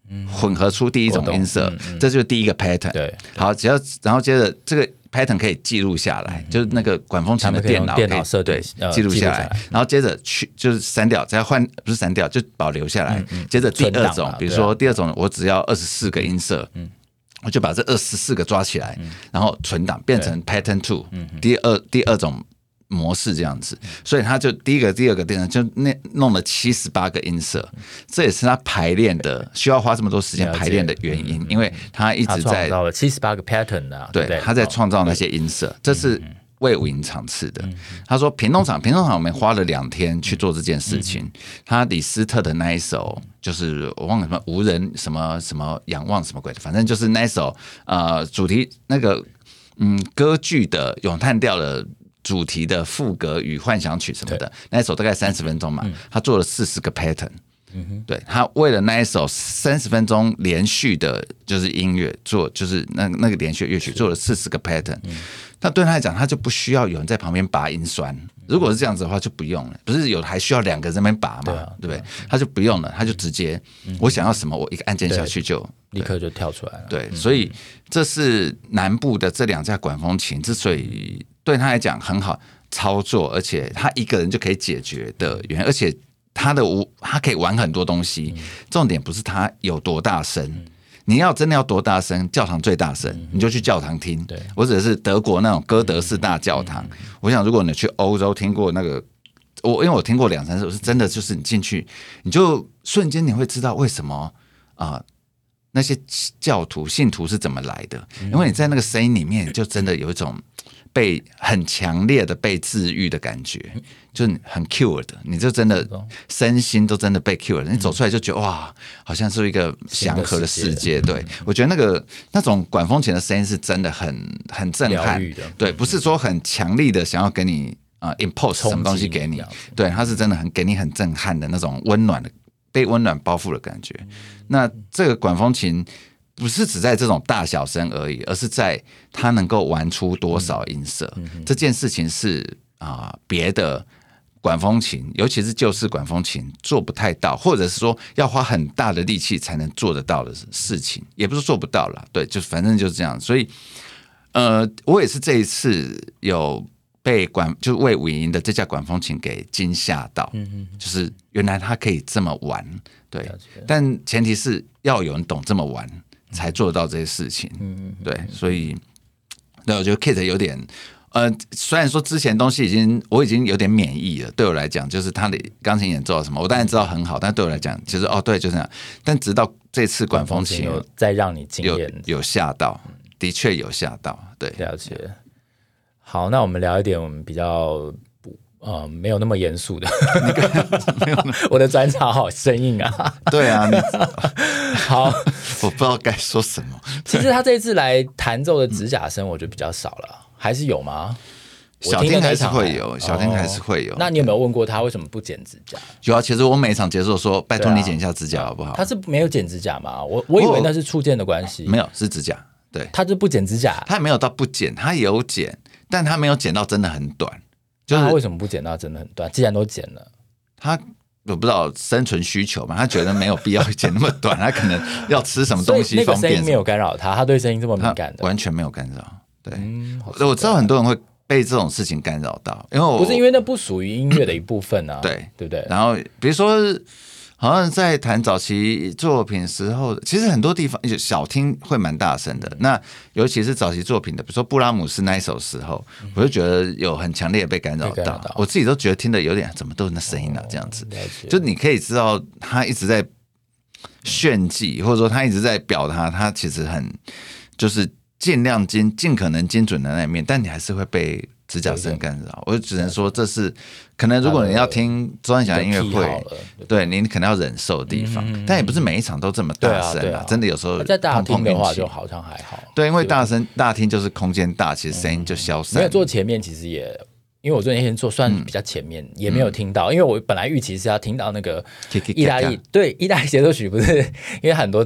混合出第一种音色，这就是第一个 pattern。 对， 好，然后接着这个 pattern 可以记录下来，就是那个管风琴的电脑设定记录下来，然后接着就是删掉，再换不是删掉就保留下来。接着第二种，比如说第二种我只要24个音色，我就把这24个抓起来，然后存档变成 pattern 2，第二种模式这样子，所以他就第一个、第二个电脑就弄了78个音色，这也是他排练的需要花这么多时间排练的原因，因为他一直在创造了78个 pattern 啊， 对，他在创造那些音色，这是魏武营场次的。他说屏东场我们花了2天去做这件事情。他李斯特的那一首就是我忘了什么无人什么什么仰望什么鬼的，反正就是那一首主题那个歌剧的咏叹调的主题的副歌与幻想曲什么的，那一首大概30分钟嘛，他做了40个 pattern。对，他为了那一首30分钟连续的，就是音乐做，就是那个连续乐曲做了40个 pattern。那对他来讲，他就不需要有人在旁边拔音酸。如果是这样子的话，就不用了。不是有还需要2个人在那边拔嘛？对不对？他就不用了，他就直接我想要什么，我一个按键下去就立刻就跳出来了。 对，所以这是南部的这2架管风琴之所以对他来讲很好操作，而且他一个人就可以解决的原因，而且他可以玩很多东西。重点不是他有多大声，你要真的要多大声，教堂最大声，你就去教堂听。我指的是德国那种哥德式大教堂。我想如果你去欧洲听过那个，因为我听过2-3次，是真的就是你进去，你就瞬间你会知道为什么那些信徒是怎么来的，因为你在那个声音里面，就真的有一种被很强烈的被治愈的感觉，就很 cure 的，你就真的身心都真的被 cure 了。你走出来就觉得哇，好像是一个祥和的世界。对，我觉得那种管风琴的声音是真的很震撼，对，不是说很强力的想要给你impose 什么东西给你，对，它是真的给你很震撼的那种温暖的被温暖包覆的感觉。那这个管风琴不是只在这种大小声而已，而是在它能够玩出多少音色，这件事情是别的管风琴，尤其是旧式管风琴做不太到，或者是说要花很大的力气才能做得到的事情，也不是做不到啦，对，就反正就是这样。所以我也是这一次有被就是魏武营的这架管风琴给惊吓到，就是原来它可以这么玩，对，但前提是要有人懂这么玩才做得到这些事情，对，所以对我觉得 Kit 有点虽然说之前东西我已经有点免疫了，对我来讲就是他的钢琴演奏什么，我当然知道很好，但对我来讲其实对就这样。但直到这次管风琴有再让你惊艳， 有吓到，的确有吓到，对， 了解。好，那我们聊一点我们比较没有那么严肃的我的专场好生硬啊。 对啊， 好， 我不知道该说什么。 其实他这一次来弹奏的指甲声我觉得比较少了，还是有吗？ 小天还是会有，小天还是会有。 那你有没有问过他为什么不剪指甲？ 有啊，其实我每场结束说拜托你剪一下指甲好不好？ 他是没有剪指甲吗？我以为那是触键的关系。 没有，是指甲。对， 他是不剪指甲， 他没有到不剪，他有剪，但他没有剪到真的很短。 就是他为什么不剪到真的很短？既然都剪了， 我不知道生存需求嘛，他觉得没有必要剪那么短，他可能要吃什么东西方便。 那个声音没有干扰他对声音这么敏感的， 完全没有干扰。对，我知道很多人会被这种事情干扰到，因为不是因为那不属于音乐的一部分啊， 对不对？ 然后比如说，好像在谈早期作品时候，其实很多地方小厅会蛮大声的。那尤其是早期作品的，比如说布拉姆斯那一首时候，我就觉得有很强烈的被干扰到。我自己都觉得听的有点怎么都是那声音啊，这样子。就你可以知道他一直在炫技，或者说他一直在表达他其实很就是尽可能精准的那一面，但你还是会被指甲声干扰。我就只能说这是可能如果你要听周汉祥音乐会，对你可能要忍受的地方，但也不是每一场都这么大声啊，真的有时候在大厅的话就好像还好。 对，因为大厅就是空间大，其实声音就消散。 没有坐前面其实也。因为我那天坐算比较前面，也没有听到，因为我本来预期是要听到那个意大利节奏曲，不是因为很多这种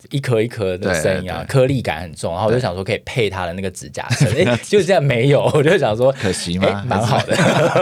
一颗一颗的声音啊，颗粒感很重，然后我就想说可以配他的那个指甲声，就这样没有，我就想说可惜吗？ 蛮好的。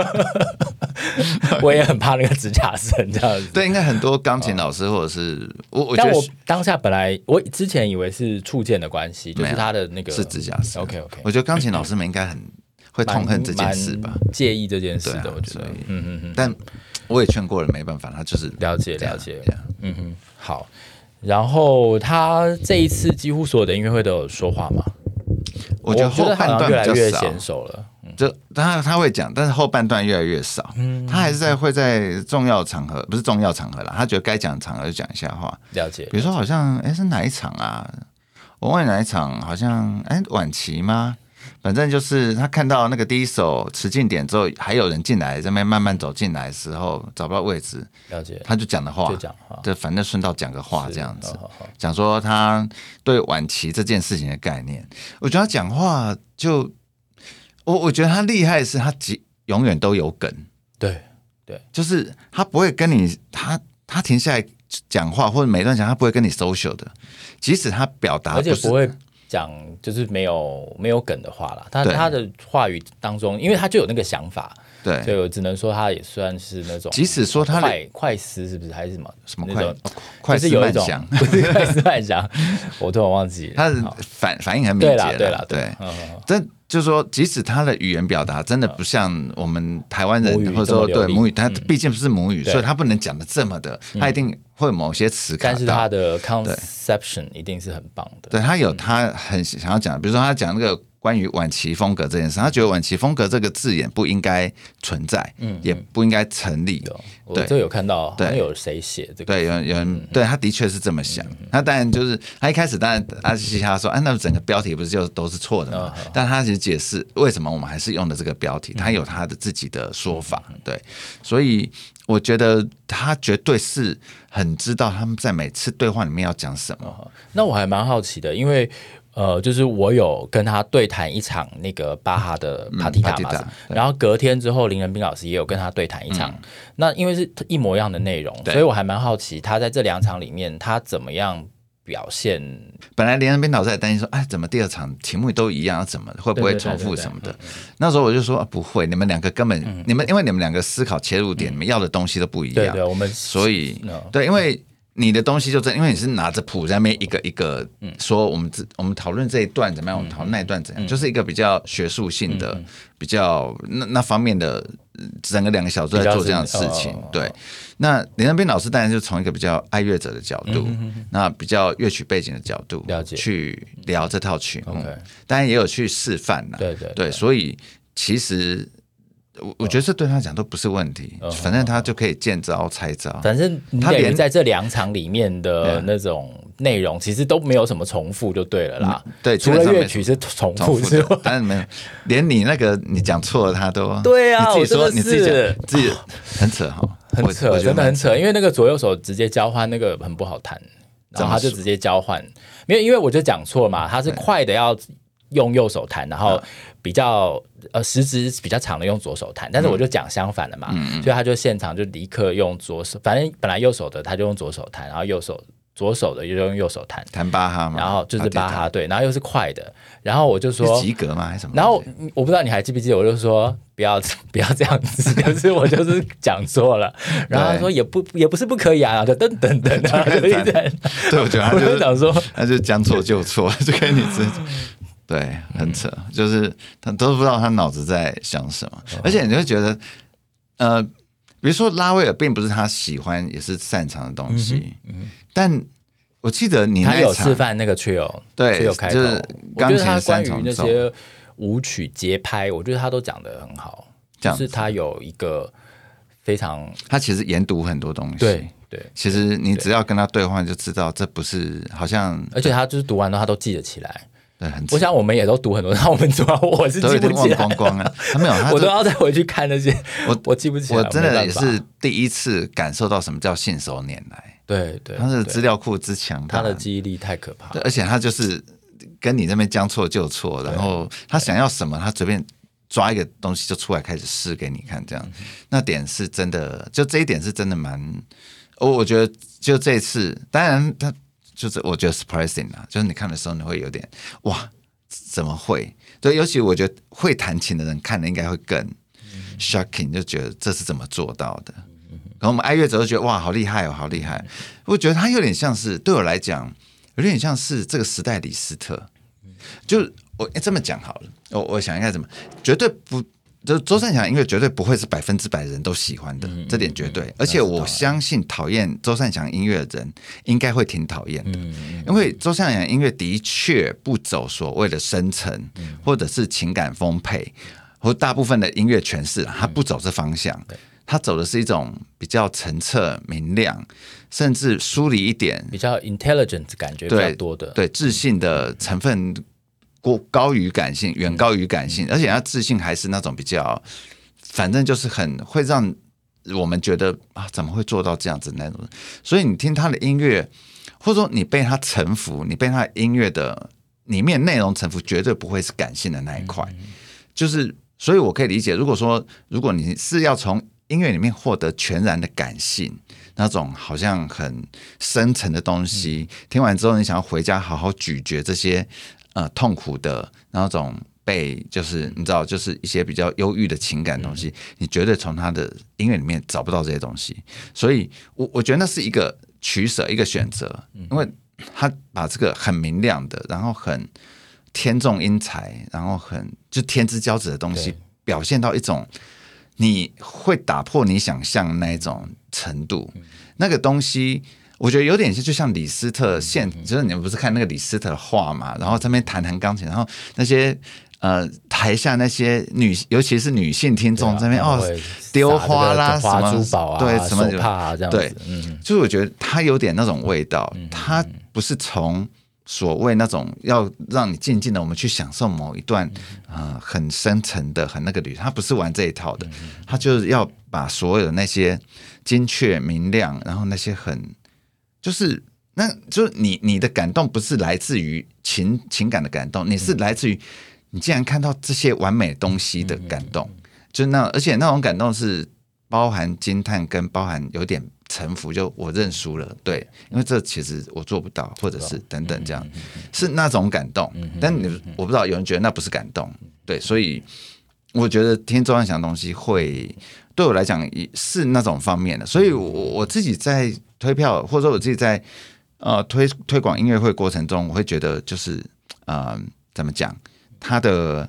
我也很怕那个指甲声这样子。 对，应该很多钢琴老师或者是我觉得， 但我当下本来我之前以为是触键的关系，就是他的那个是指甲声。 OK， 我觉得钢琴老师们应该很会痛恨这件事吧， 介意这件事的，我觉得。 但我也劝过了，没办法，他就是了解。好。然后他这一次几乎所有的音乐会都有说话吗？ 我觉得后半段越来越少娴熟了。 就他会讲，但是后半段越来越少。他还是会在重要场合，不是重要场合啦，他觉得该讲的场合就讲一下话。 了解。 比如说，好像是哪一场啊？我忘了哪一场，好像晚期吗？反正就是他看到那个第一首迟进点之后，还有人进来，这边慢慢走进来的时候找不到位置， 了解， 他就讲的话，对，反正顺道讲个话这样子，讲说他对晚期这件事情的概念。我觉得他讲话就，我觉得他厉害的是他永远都有梗， 对， 就是他不会跟你他停下来讲话或者每段讲他不会跟你 social 的，即使他表达而且不会讲就是没有梗的话啦，他的话语当中，因为他就有那个想法， 对， 所以我只能说他也算是那种， 即使说他快思是不是还是什么快思慢想， 不是快思慢想，我突然忘记了， 他的反应很敏捷， 对， 真就是说，即使他的语言表达真的不像我们台湾人，或者说对母语，他毕竟不是母语，所以他不能讲的这么的，他一定会有某些词卡到， 但是他的 conception 一定是很棒的。 对，他有他很想要讲，比如说他讲那个关于晚期风格这件事，他觉得晚期风格这个字眼不应该存在，也不应该成立。 我这有看到，好像有谁写这个， 对，有人对他的确是这么想。他当然就是他一开始当然阿西哈说，那整个标题不是就都是错的吗？但他其实解释为什么我们还是用的这个标题，他有他的自己的说法。对，所以我觉得他绝对是很知道他们在每次对话里面要讲什么。 那我还蛮好奇的，因为就是我有跟他对谈一场那个巴哈的帕蒂塔嘛，然后隔天之后林仁斌老师也有跟他对谈一场，那因为是一模一样的内容，所以我还蛮好奇他在这2场里面他怎么样表现。 本来林仁斌老师也担心说，怎么第2场题目都一样，怎么会不会重复什么的？那时候我就说，不会，你们2个根本，因为你们2个思考切入点，你们要的东西都不一样。 对，我们所以对，因为你的东西就因为你是拿着谱在那边一个一个说，我们讨论这一段怎么样，我们讨论那一段怎样，就是一个比较学术性的，比较那方面的，整个2个小时在做这样的事情。对，那林仁斌老师当然就从一个比较爱乐者的角度，那比较乐曲背景的角度去聊这套曲目，当然也有去示范啦。对，所以其实。我觉得这对他讲都不是问题，反正他就可以见招拆招。 反正他连在这2场里面的那种内容，其实都没有什么重复，就对了啦。 对， 除了乐曲是重复之外， 但是没有，连你那个你讲错了，他都对啊， 你自己说你自己讲自己很扯哈， 很扯，真的很扯。因为那个左右手直接交换，那个很不好弹，然后他就直接交换，因为我就讲错嘛，他是快的要用右手弹，然后比较食指比较长的用左手弹，但是我就讲相反了嘛，所以他就现场就立刻用左手，反正本来右手的他就用左手弹，然后左手的就用右手弹巴哈嘛， 然后就是巴哈对，然后又是快的，然后我就说及格吗还是什么？ 然后我不知道你还记不记得，我就说不要这样子，就是我就是讲错了，然后他说也不是不可以啊，就等，然后就一直对，我觉得他就想说他就将错就错，就跟你对，很扯，就是他都不知道他脑子在想什么，而且你会觉得，比如说拉威尔并不是他喜欢也是擅长的东西，但我记得你他有示范那个 trio， 对， 开头， 就是钢琴3 关于那些舞曲节拍，我觉得他都讲得很好，就是他有一个非常， 他其实研读很多东西， 对， 其实你只要跟他对话就知道，这不是好像， 而且他就是读完之后他都记得起来。 对， 我想我们也都读很多，然后我们主要我是记不起来， 忘光啊，他没有， 我都要再回去看那些，我记不起来。 我真的也是第一次感受到什么叫信手拈来。 对， 他的资料库之强大， 他的记忆力太可怕了， 而且他就是跟你那边将错就错，然后他想要什么，他随便抓一个东西就出来开始试给你看，这样那点是真的，就这一点是真的蛮，我觉得就这一次，当然他就是我觉得 surprising 啊，就是你看的时候你会有点哇，怎么会？对，尤其我觉得会弹琴的人看的应该会更 shocking， 就觉得这是怎么做到的。可能我们爱乐者就觉得哇，好厉害哦，好厉害！我觉得他有点像是对我来讲，有点像是这个时代李斯特。就我这么讲好了，我想应该怎么，绝对不，就周善祥音乐绝对不会是100%人都喜欢的，这点绝对。而且我相信讨厌周善祥音乐的人应该会挺讨厌的，因为周善祥音乐的确不走所谓的深层，或者是情感丰沛，或大部分的音乐诠释，他不走这方向。他走的是一种比较澄澈明亮，甚至疏离一点， 比较 intelligent 感觉比较多的， 对自信的成分高于感性，远高于感性，而且他自信还是那种比较，反正就是很会让我们觉得啊，怎么会做到这样子那种。所以你听他的音乐，或者说你被他臣服，你被他的音乐的里面内容臣服，绝对不会是感性的那一块。就是所以我可以理解，如果你是要从音乐里面获得全然的感性，那种好像很深层的东西，听完之后你想要回家好好咀嚼这些痛苦的那种就是你知道，就是一些比较忧郁的情感的东西，你绝对从他的音乐里面找不到这些东西。所以我觉得那是一个取舍，一个选择，因为他把这个很明亮的，然后很天纵英才，然后就天之骄子的东西表现到一种你会打破你想象那一种程度，那个东西我觉得有点就像李斯特就是你们不是看那个李斯特的画嘛，然后在那边弹钢琴，然后那些台下那些尤其是女性听众在那边丢花啦什么珠宝啊， 对什么手帕啊这样子， 对，就是我觉得它有点那种味道，它不是从所谓那种要让你静静的我们去享受某一段很深层的很那个旅程，他不是玩这一套的，他就是要把所有的那些精确明亮，然后那些就是你的感动不是来自于情感的感动，你是来自于你竟然看到这些完美的东西的感动，而且那种感动是包含惊叹跟包含有点臣服，就我认输了，对，因为这其实我做不到，或者是等等这样，是那种感动。但我不知道有人觉得那不是感动，对，所以我觉得听周汉祥的东西会对我来讲是那种方面的，所以我自己在推票，或者说我自己在推广音乐会过程中，我会觉得就是怎么讲，他的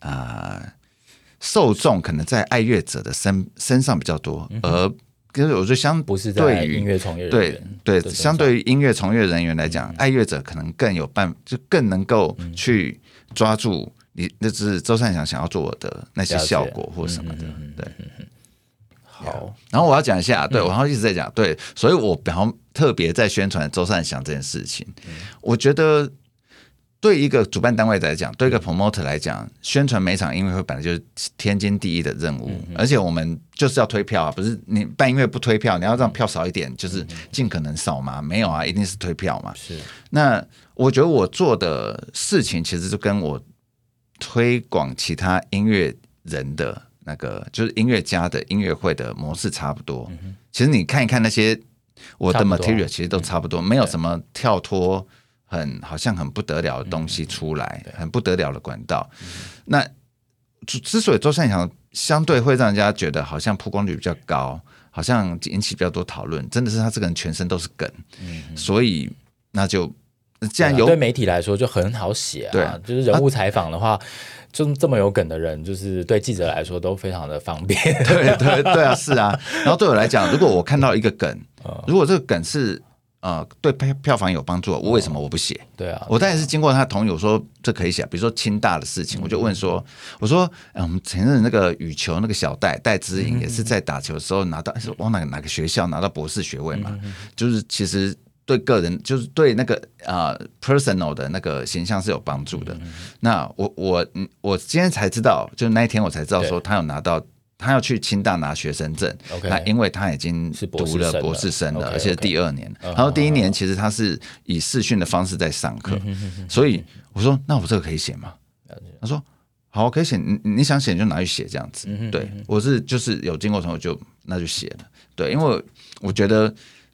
受众可能在爱乐者的身上比较多，而可是我觉得不是在音乐从业人员， 对，相对于音乐从业人员来讲，爱乐者可能更有就更能够去抓住那是周善祥想要做的那些效果或什么的，对。 好， 然后我要讲一下，对，我好像一直在讲，对，所以我比较特别在宣传周善祥这件事情，我觉得。对一个主办单位来讲，对一个 promoter 来讲，宣传每场音乐会本来就是天经地义的任务，而且我们就是要推票啊，不是你办音乐不推票，你要让票少一点，就是尽可能少嘛，没有啊，一定是推票嘛。 是， 那我觉得我做的事情其实就跟我推广其他音乐人的那个，就是音乐家的音乐会的模式差不多。其实你看一看那些我的 material， 其实都差不多，没有什么跳脱。好像很不得了的东西出来，很不得了的管道。那之所以周善祥相对会让人家觉得好像曝光率比较高，好像引起比较多讨论，真的是他这个人全身都是梗，所以那就既然对媒体来说就很好写啊， 对， 就是人物采访的话，就这么有梗的人，就是对记者来说都非常的方便。 对啊，是啊。然后对我来讲，如果我看到一个梗，如果这个梗是。对票房有帮助，我为什么我不写？ 对啊， 我当然是经过他同意，我说这可以写。比如说清大的事情，我就问说，我说，我们前阵那个羽球那个小戴资颖也是在打球的时候拿到，是往哪个学校拿到博士学位嘛？就是其实对个人，就是对那个personal 的那个形象是有帮助的。那我今天才知道，就那一天我才知道说他有拿到。他要去清大拿学生证，那因为他已经读了博士生了，而且是第2年。然后第1年其实他是以视讯的方式在上课，所以我说那我这个可以写吗？他说好，可以写，你想写就拿去写这样子。对，我是就是有经过同意那就写了。对，因为我觉得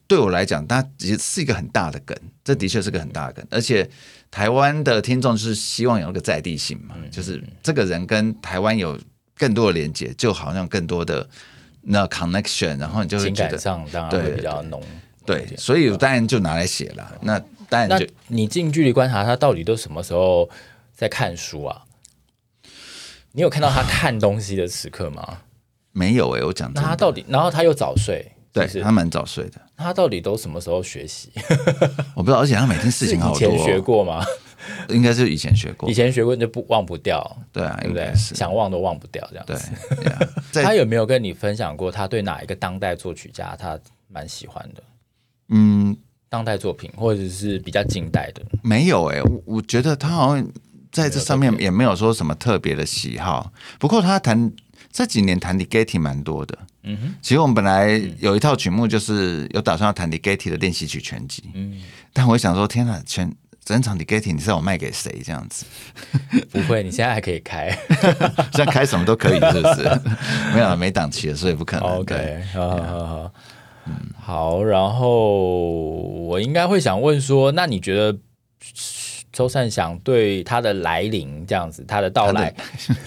对我来讲，它其实是一个很大的梗，这的确是个很大的梗，而且台湾的听众就是希望有那个在地性嘛，就是这个人跟台湾有更多的连接，就好像更多的那 connection， 然后你就会觉得情感上当然会比较浓。 对，所以我当然就拿来写了。那当然就， 那你近距离观察他到底都什么时候在看书啊？你有看到他看东西的时刻吗？ 没有我讲真的。 那他到底，然后他又早睡， 对， 是他蛮早睡的。 他到底都什么时候学习？ 我不知道，而且他每天事情好多。 以前学过吗？ 应该是以前学过， 以前学过你就忘不掉， 对啊， 对不对？想忘都忘不掉这样子。 对， 他有没有跟你分享过他对哪一个当代作曲家他蛮喜欢的？当代作品或者是比较近代的？ 没有我觉得他好像在这上面也没有说什么特别的喜好。不过他这几年弹 Ligeti 蛮多的。其实我们本来有一套曲目就是有打算要弹 Ligeti 的练习曲全集，但我想说天哪，整场 Ligeti 你是要我卖给谁这样子？ 不会，你现在还可以开， 现在开什么都可以，是不是？没有没档期了，所以不可能。 OK， 好，然后我应该会想问说，那你觉得周善祥对他的来临这样子，他的到来，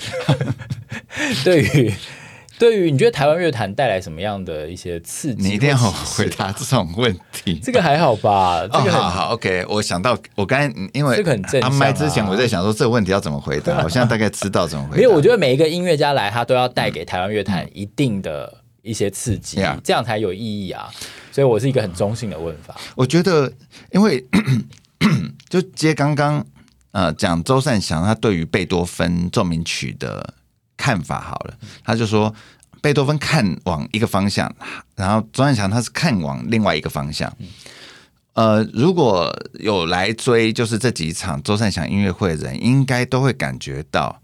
对于你觉得台湾乐坛带来什么样的一些刺激？ 你一定要回答这种问题。 这个还好吧？这个好 OK， 我想到我刚才因为这个很正向麦之前我在想说这个问题要怎么回答，我现在大概知道怎么回答。 因为我觉得每一个音乐家来，他都要带给台湾乐坛一定的一些刺激，这样才有意义啊。所以我是一个很中性的问法。 我觉得，因为就接刚刚讲周善祥他对于贝多芬奏鸣曲的看法好了，他就说贝多芬看往一个方向，然后周善祥他是看往另外一个方向。如果有来追就是这几场周善祥音乐会的人，应该都会感觉到，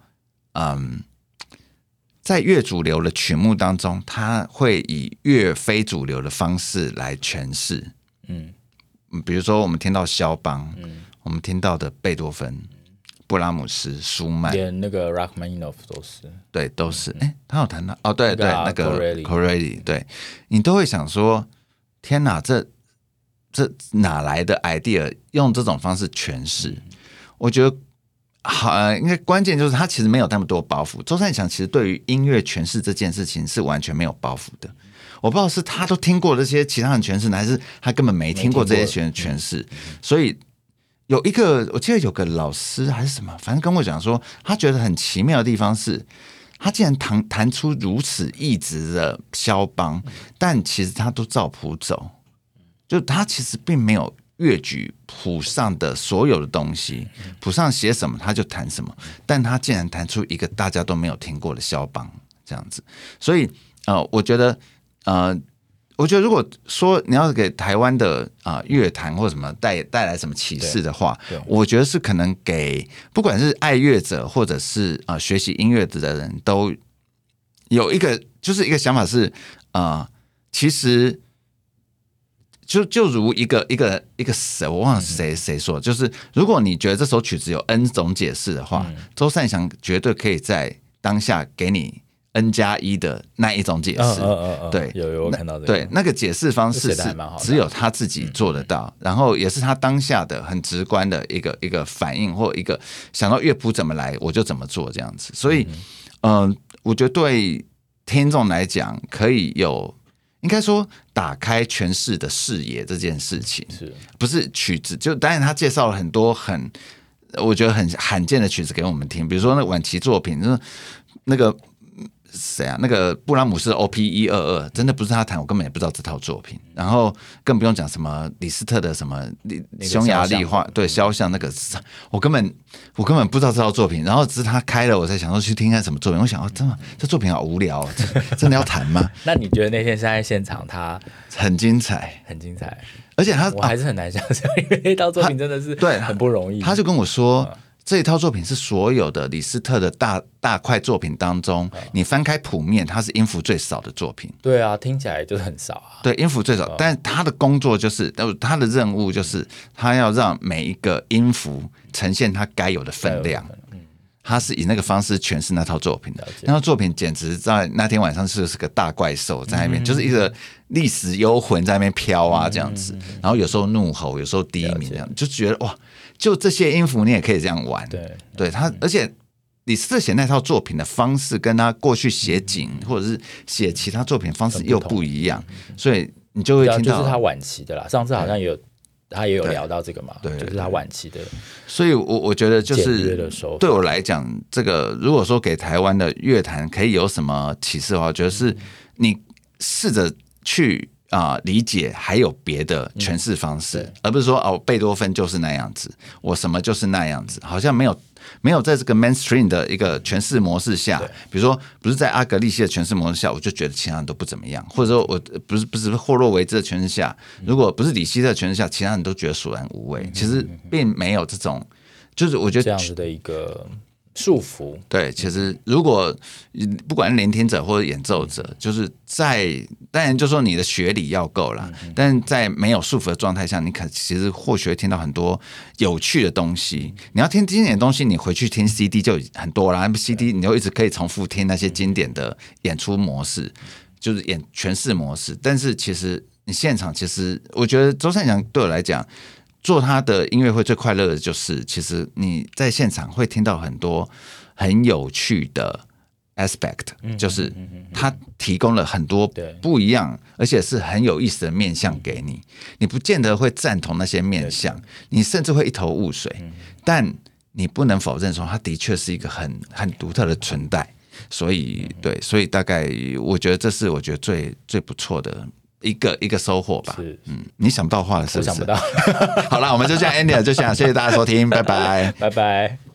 在越主流的曲目当中，他会以越非主流的方式来诠释。比如说我们听到肖邦，我们听到的贝多芬、布拉姆斯、舒曼， 连那个 Rachmaninoff 都是， 对，都是。他有谈到对对，那个 Corelli， 对，你都会想说，天哪，这哪来的 idea 用这种方式诠释？我觉得好，应该关键就是他其实没有那么多包袱。周善祥其实对于音乐诠释这件事情是完全没有包袱的。我不知道是他都听过这些其他人诠释，还是他根本没听过这些诠释。所以有一个，我记得有个老师还是什么，反正跟我讲说，他觉得很奇妙的地方是，他竟然弹出如此异质的肖邦，但其实他都照谱走，就他其实并没有乐曲谱上的所有的东西，谱上写什么他就弹什么，但他竟然弹出一个大家都没有听过的肖邦这样子。所以我觉得如果说你要给台湾的乐坛或什么带来什么启示的话，我觉得是可能给不管是爱乐者或者是学习音乐的人都有一个就是一个想法是其实就如一个谁我忘了谁说，就是如果你觉得这首曲子有 N 种解释的话，周善祥绝对可以在当下给你N+1的那一种解释。对， 有看到这个， 对，那个解释方式是只有他自己做得到，然后也是他当下的很直观的一个反应，或一个想到乐谱怎么来我就怎么做这样子。所以我觉得对听众来讲可以有应该说打开诠释的视野这件事情，不是曲子，就当然他介绍了很多我觉得很罕见的曲子给我们听，比如说那晚期作品，就是那个谁啊？那个布拉姆斯 OP122 真的不是他弹，我根本也不知道这套作品。然后更不用讲什么李斯特的什么匈牙利画，对，肖像那个，我根本不知道这套作品。然后只是他开了，我才想说去听看什么作品。我想真的这作品好无聊，真的要弹吗？ 那你觉得那天在现场他很精彩， 很精彩， 而且我还是很难想象，因为那套作品真的是对很不容易。 他就跟我说。这一套作品是所有的李斯特的大块作品当中，你翻开谱面，它是音符最少的作品。 对啊，听起来就是很少啊。 对，音符最少，但他的工作就是他的任务就是他要让每一个音符呈现它该有的分量。 他是以那个方式诠释那套作品的。那套作品简直在那天晚上是个大怪兽在那边，就是一个历史幽魂在那边飘啊这样子，然后有时候怒吼，有时候低鸣，这样就觉得哇，就这些音符你也可以这样玩。对他，而且李斯特写那套作品的方式跟他过去写景或者是写其他作品方式又不一样，所以你就会听到， 就是他晚期的啦。上次好像他也有聊到这个嘛，就是他晚期的。 所以我觉得就是对我来讲，这个如果说给台湾的乐坛可以有什么启示的话，我觉得是你试着去理解还有别的诠释方式，而不是说贝多芬就是那样子，我什么就是那样子，好像没有在这个 mainstream 的一个诠释模式下，比如说不是在阿格利西的诠释模式下，我就觉得其他人都不怎么样，或者说我不是霍洛维兹的诠释下，如果不是李希特的诠释下，其他人都觉得索然无味。其实并没有这种，就是我觉得这样子的一个束缚。 对，其实如果不管是聆听者或者演奏者，就是当然就说你的学理要够啦，但是在没有束缚的状态下，你其实或许会听到很多有趣的东西。你要听经典的东西，你回去听 CD 就很多啦， CD 你就一直可以重复听那些经典的演出模式，就是诠释模式。但是其实你现场，其实我觉得周善祥对我来讲，做他的音乐会最快乐的就是，其实你在现场会听到很多很有趣的 aspect，就是他提供了很多不一样，而且是很有意思的面向给你。你不见得会赞同那些面向，你甚至会一头雾水，但你不能否认说，它的确是一个很独特的存在。所以大概我觉得这是我觉得最不错的一个收获吧。你想不到话了是不是？ 我想不到。 好啦，我们就这样 end 了，就这样，谢谢大家收听，拜拜， 拜拜。